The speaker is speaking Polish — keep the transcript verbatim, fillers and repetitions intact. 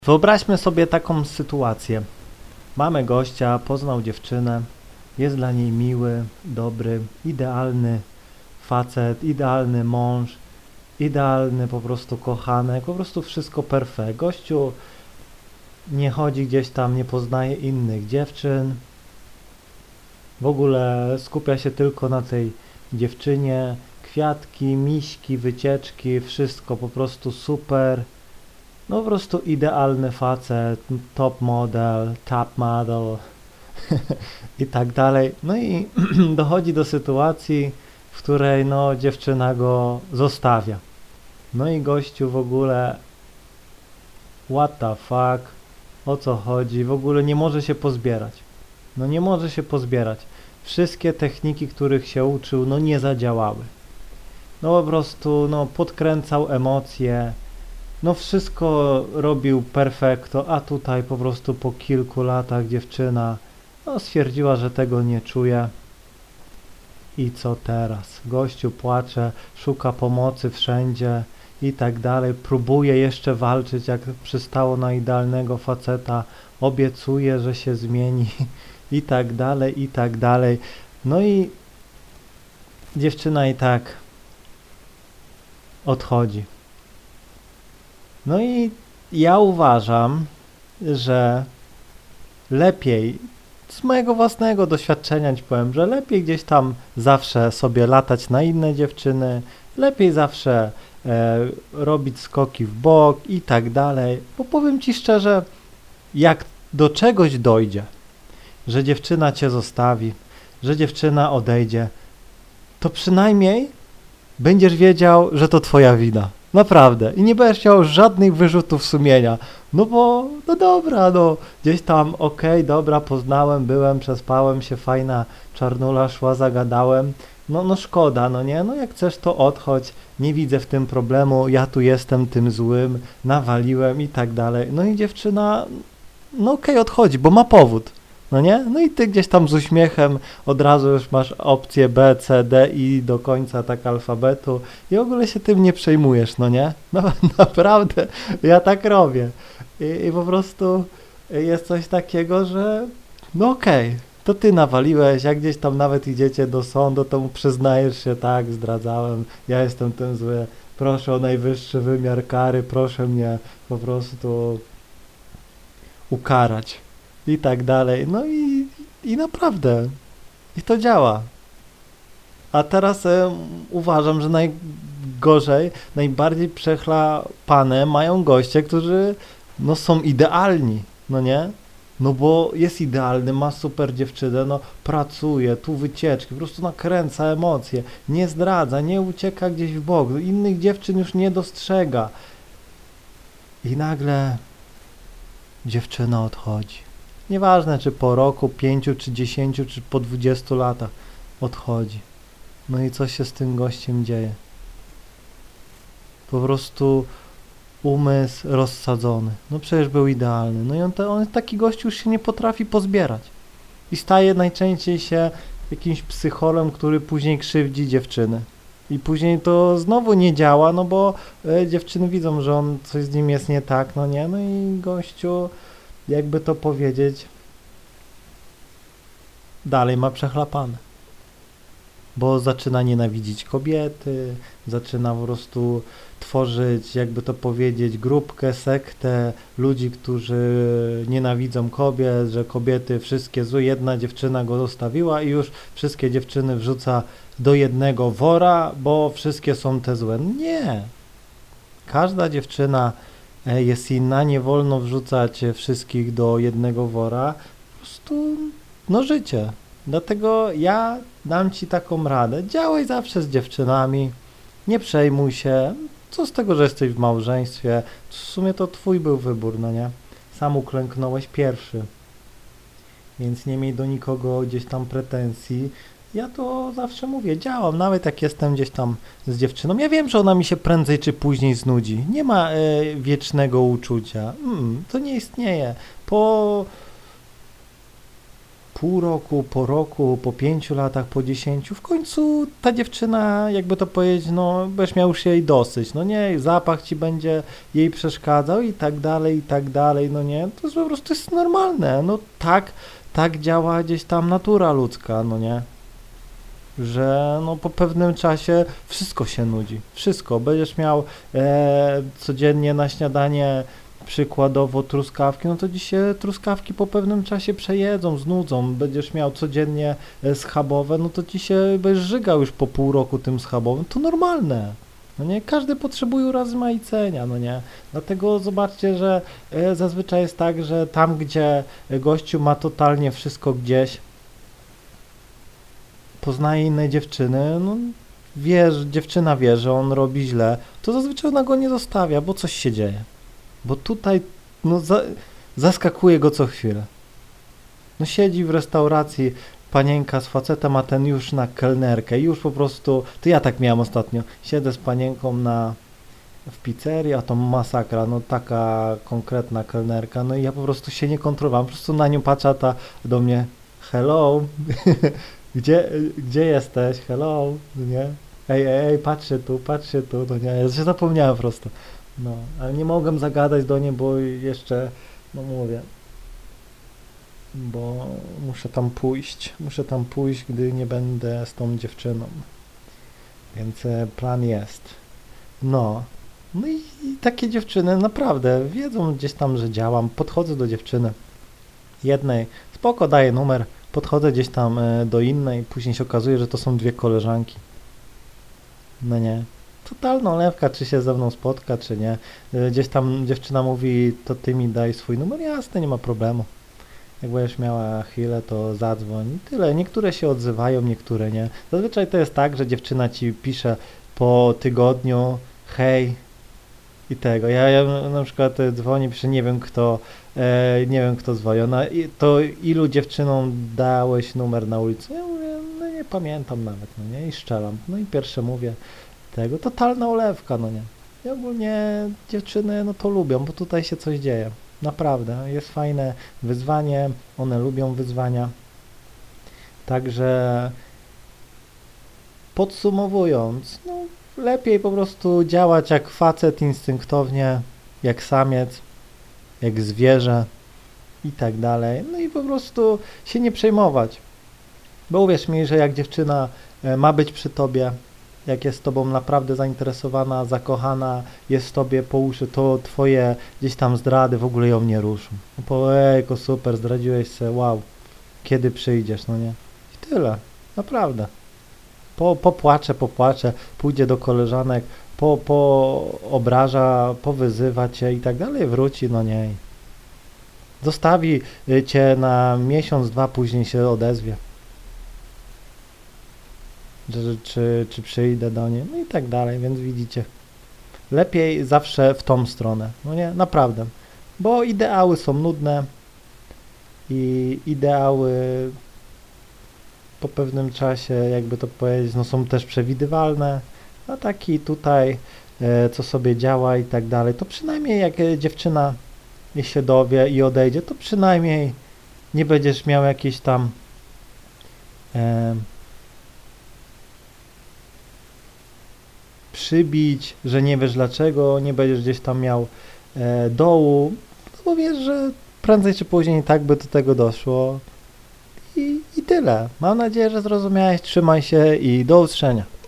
Wyobraźmy sobie taką sytuację. Mamy gościa, poznał dziewczynę, jest dla niej miły, dobry, idealny facet, idealny mąż, idealny po prostu kochanek, po prostu wszystko perfekt. Gościu nie chodzi gdzieś tam, nie poznaje innych dziewczyn, w ogóle skupia się tylko na tej dziewczynie, kwiatki, miśki, wycieczki, wszystko po prostu super. No po prostu idealny facet, top model, top model i tak dalej. No i dochodzi do sytuacji, w której no dziewczyna go zostawia. No i gościu w ogóle what the fuck, o co chodzi, w ogóle nie może się pozbierać. No nie może się pozbierać. Wszystkie techniki, których się uczył, no nie zadziałały. No po prostu no podkręcał emocje. No wszystko robił perfekto, a tutaj po prostu po kilku latach dziewczyna no, stwierdziła, że tego nie czuje. I co teraz? Gościu płacze, szuka pomocy wszędzie i tak dalej. Próbuje jeszcze walczyć, jak przystało na idealnego faceta. Obiecuje, że się zmieni i tak dalej, i tak dalej. No i dziewczyna i tak odchodzi. No i ja uważam, że lepiej, z mojego własnego doświadczenia ci powiem, że lepiej gdzieś tam zawsze sobie latać na inne dziewczyny, lepiej zawsze e, robić skoki w bok i tak dalej, bo powiem ci szczerze, jak do czegoś dojdzie, że dziewczyna cię zostawi, że dziewczyna odejdzie, to przynajmniej będziesz wiedział, że to twoja wina. Naprawdę. I nie będziesz miał żadnych wyrzutów sumienia. No bo, no dobra, no. Gdzieś tam, okej, okay, dobra, poznałem, byłem, przespałem się, fajna czarnula szła, zagadałem. No, no szkoda, no nie? No jak chcesz, to odchodź. Nie widzę w tym problemu, ja tu jestem tym złym, nawaliłem i tak dalej. No i dziewczyna, no okej, okay, odchodzi, bo ma powód. No nie? No i ty gdzieś tam z uśmiechem od razu już masz opcję B, C, D i do końca tak alfabetu i w ogóle się tym nie przejmujesz, no nie? No naprawdę, ja tak robię. I, i po prostu jest coś takiego, że no okej, okay, to ty nawaliłeś, jak gdzieś tam nawet idziecie do sądu, to mu przyznajesz się, tak, zdradzałem, ja jestem ten zły, proszę o najwyższy wymiar kary, proszę mnie po prostu ukarać. I tak dalej. No i, i naprawdę. I to działa. A teraz e, uważam, że najgorzej, najbardziej przechlapane mają goście, którzy no są idealni, no nie? No bo jest idealny, ma super dziewczynę, no pracuje, tu wycieczki, po prostu nakręca emocje, nie zdradza, nie ucieka gdzieś w bok, innych dziewczyn już nie dostrzega. I nagle dziewczyna odchodzi. Nieważne, czy po roku, pięciu, czy dziesięciu, czy po dwudziestu latach odchodzi. No i co się z tym gościem dzieje? Po prostu umysł rozsadzony. No przecież był idealny. No i on, te, on taki gość już się nie potrafi pozbierać. I staje najczęściej się jakimś psycholem, który później krzywdzi dziewczyny. I później to znowu nie działa, no bo e, dziewczyny widzą, że on coś z nim jest nie tak, no nie? No i gościu, jakby to powiedzieć, dalej ma przechlapane. Bo zaczyna nienawidzić kobiety, zaczyna po prostu tworzyć, jakby to powiedzieć, grupkę, sektę ludzi, którzy nienawidzą kobiet, że kobiety wszystkie złe, jedna dziewczyna go zostawiła i już wszystkie dziewczyny wrzuca do jednego wora, bo wszystkie są te złe. Nie. Każda dziewczyna jest inna, nie wolno wrzucać wszystkich do jednego wora, po prostu no życie. Dlatego ja dam ci taką radę, działaj zawsze z dziewczynami, nie przejmuj się, co z tego, że jesteś w małżeństwie, w sumie to twój był wybór, no nie? Sam uklęknąłeś pierwszy, więc nie miej do nikogo gdzieś tam pretensji. Ja to zawsze mówię, działam, nawet jak jestem gdzieś tam z dziewczyną. Ja wiem, że ona mi się prędzej czy później znudzi. Nie ma e, wiecznego uczucia. Mm, to nie istnieje. Po pół roku, po roku, po pięciu latach, po dziesięciu, w końcu ta dziewczyna, jakby to powiedzieć, no będziesz miał już jej dosyć, no nie, zapach ci będzie jej przeszkadzał i tak dalej, i tak dalej, no nie, to jest po prostu jest normalne, no tak, tak działa gdzieś tam natura ludzka, no nie, że no po pewnym czasie wszystko się nudzi, wszystko, będziesz miał e, codziennie na śniadanie przykładowo truskawki, no to dziś się truskawki po pewnym czasie przejedzą, znudzą, będziesz miał codziennie e, schabowe, no to ci się będziesz żygał już po pół roku tym schabowym, to normalne, no nie, każdy potrzebuje urozmaicenia, no nie, dlatego zobaczcie, że e, zazwyczaj jest tak, że tam gdzie gościu ma totalnie wszystko gdzieś, poznaje inne dziewczyny, no wie, że dziewczyna wie, że on robi źle, to zazwyczaj ona go nie zostawia, bo coś się dzieje. Bo tutaj no, za, zaskakuje go co chwilę. No siedzi w restauracji panienka z facetem, a ten już na kelnerkę, już po prostu, to ja tak miałem ostatnio, siedzę z panienką na, w pizzerii, a to masakra, no taka konkretna kelnerka, no i ja po prostu się nie kontrolowałem, po prostu na nią patrzę, a ta do mnie, hello, gdzie, gdzie jesteś, hello, nie, ej, ej, ej, patrzcie tu, patrzcie tu, no nie, ja się zapomniałem po prostu. No, ale nie mogłem zagadać do niej, bo jeszcze, no mówię, bo muszę tam pójść, muszę tam pójść, gdy nie będę z tą dziewczyną, więc e, plan jest. No, no i, i takie dziewczyny naprawdę wiedzą gdzieś tam, że działam, podchodzę do dziewczyny jednej, spoko, daję numer, podchodzę gdzieś tam e, do innej, później się okazuje, że to są dwie koleżanki, no nie. Totalna olewka, czy się ze mną spotka, czy nie. Gdzieś tam dziewczyna mówi, to ty mi daj swój numer, jasne, nie ma problemu. Jak będziesz miała chwilę, to zadzwoń i tyle. Niektóre się odzywają, niektóre nie. Zazwyczaj to jest tak, że dziewczyna ci pisze po tygodniu, hej i tego. Ja, ja na przykład dzwonię, piszę, nie wiem kto, e, nie wiem kto dzwoni. Ona, i, to ilu dziewczynom dałeś numer na ulicy? Ja mówię, no nie pamiętam nawet, no nie, i szczelam. No i pierwsze mówię, tego, totalna olewka, no nie. I ogólnie dziewczyny, no to lubią, bo tutaj się coś dzieje. Naprawdę, jest fajne wyzwanie, one lubią wyzwania. Także podsumowując, no lepiej po prostu działać jak facet instynktownie, jak samiec, jak zwierzę i tak dalej. No i po prostu się nie przejmować. Bo uwierz mi, że jak dziewczyna ma być przy tobie, jak jest tobą naprawdę zainteresowana, zakochana, jest w tobie po uszy, to twoje gdzieś tam zdrady w ogóle ją nie ruszą. No po ejko, super, zdradziłeś się, wow, kiedy przyjdziesz, no nie? I tyle, naprawdę. Po, popłacze, popłacze, pójdzie do koleżanek, po, po obraża, powyzywa cię i tak dalej, wróci, no nie. Zostawi cię na miesiąc, dwa, później się odezwie. Że, czy, czy przyjdę do niej, no i tak dalej, więc widzicie, lepiej zawsze w tą stronę, no nie, naprawdę, bo ideały są nudne i ideały po pewnym czasie, jakby to powiedzieć, no są też przewidywalne, a taki tutaj, e, co sobie działa i tak dalej, to przynajmniej jak dziewczyna się dowie i odejdzie, to przynajmniej nie będziesz miał jakiejś tam e, przybić, że nie wiesz dlaczego, nie będziesz gdzieś tam miał e, dołu, no bo wiesz, że prędzej czy później tak by do tego doszło i, i tyle. Mam nadzieję, że zrozumiałeś, trzymaj się i do usłyszenia.